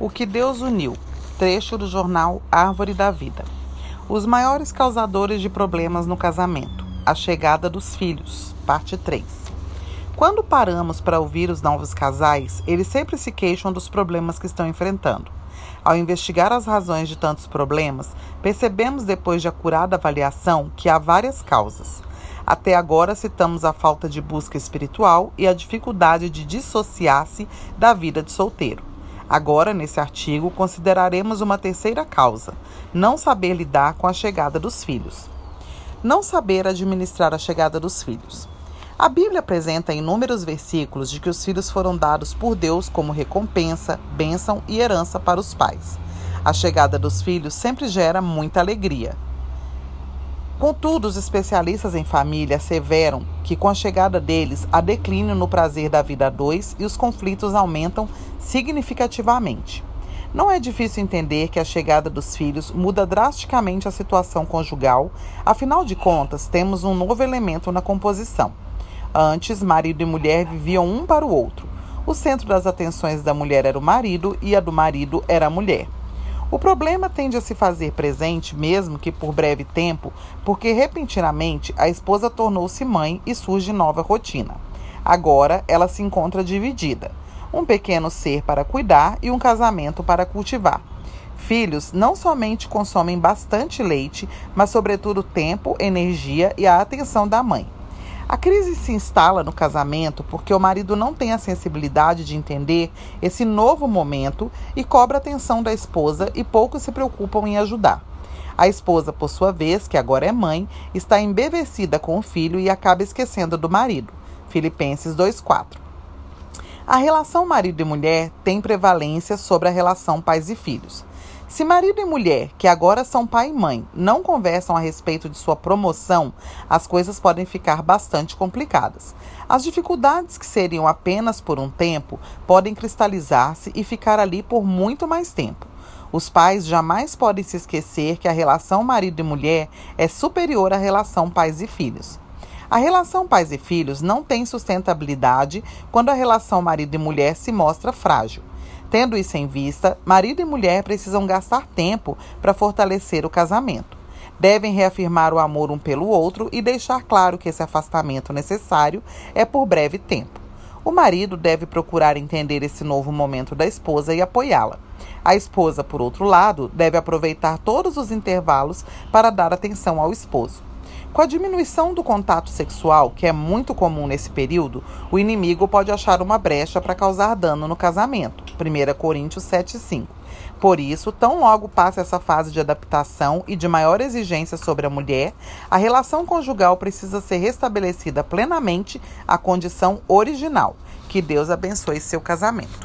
O que Deus uniu. Trecho do jornal Árvore da Vida. Os maiores causadores de problemas no casamento. A chegada dos filhos. Parte 3. Quando paramos para ouvir os novos casais, eles sempre se queixam dos problemas que estão enfrentando. Ao investigar as razões de tantos problemas, percebemos depois de acurada avaliação que há várias causas. Até agora citamos a falta de busca espiritual e a dificuldade de dissociar-se da vida de solteiro. Agora, nesse artigo, consideraremos uma terceira causa: não saber lidar com a chegada dos filhos. Não saber administrar a chegada dos filhos. A Bíblia apresenta inúmeros versículos de que os filhos foram dados por Deus como recompensa, bênção e herança para os pais. A chegada dos filhos sempre gera muita alegria. Contudo, os especialistas em família asseveram que com a chegada deles há declínio no prazer da vida a dois e os conflitos aumentam significativamente. Não é difícil entender que a chegada dos filhos muda drasticamente a situação conjugal, afinal de contas, temos um novo elemento na composição. Antes, marido e mulher viviam um para o outro. O centro das atenções da mulher era o marido e a do marido era a mulher. O problema tende a se fazer presente, mesmo que por breve tempo, porque repentinamente a esposa tornou-se mãe e surge nova rotina. Agora ela se encontra dividida: um pequeno ser para cuidar e um casamento para cultivar. Filhos não somente consomem bastante leite, mas sobretudo tempo, energia e a atenção da mãe. A crise se instala no casamento porque o marido não tem a sensibilidade de entender esse novo momento e cobra a atenção da esposa e poucos se preocupam em ajudar. A esposa, por sua vez, que agora é mãe, está embevecida com o filho e acaba esquecendo do marido. Filipenses 2:4. A relação marido e mulher tem prevalência sobre a relação pais e filhos. Se marido e mulher, que agora são pai e mãe, não conversam a respeito de sua promoção, as coisas podem ficar bastante complicadas. As dificuldades que seriam apenas por um tempo podem cristalizar-se e ficar ali por muito mais tempo. Os pais jamais podem se esquecer que a relação marido e mulher é superior à relação pais e filhos. A relação pais e filhos não tem sustentabilidade quando a relação marido e mulher se mostra frágil. Tendo isso em vista, marido e mulher precisam gastar tempo para fortalecer o casamento. Devem reafirmar o amor um pelo outro e deixar claro que esse afastamento necessário é por breve tempo. O marido deve procurar entender esse novo momento da esposa e apoiá-la. A esposa, por outro lado, deve aproveitar todos os intervalos para dar atenção ao esposo. Com a diminuição do contato sexual, que é muito comum nesse período, o inimigo pode achar uma brecha para causar dano no casamento. 1 Coríntios 7:5. Por isso, tão logo passa essa fase de adaptação e de maior exigência sobre a mulher, a relação conjugal precisa ser restabelecida plenamente à condição original. Que Deus abençoe seu casamento.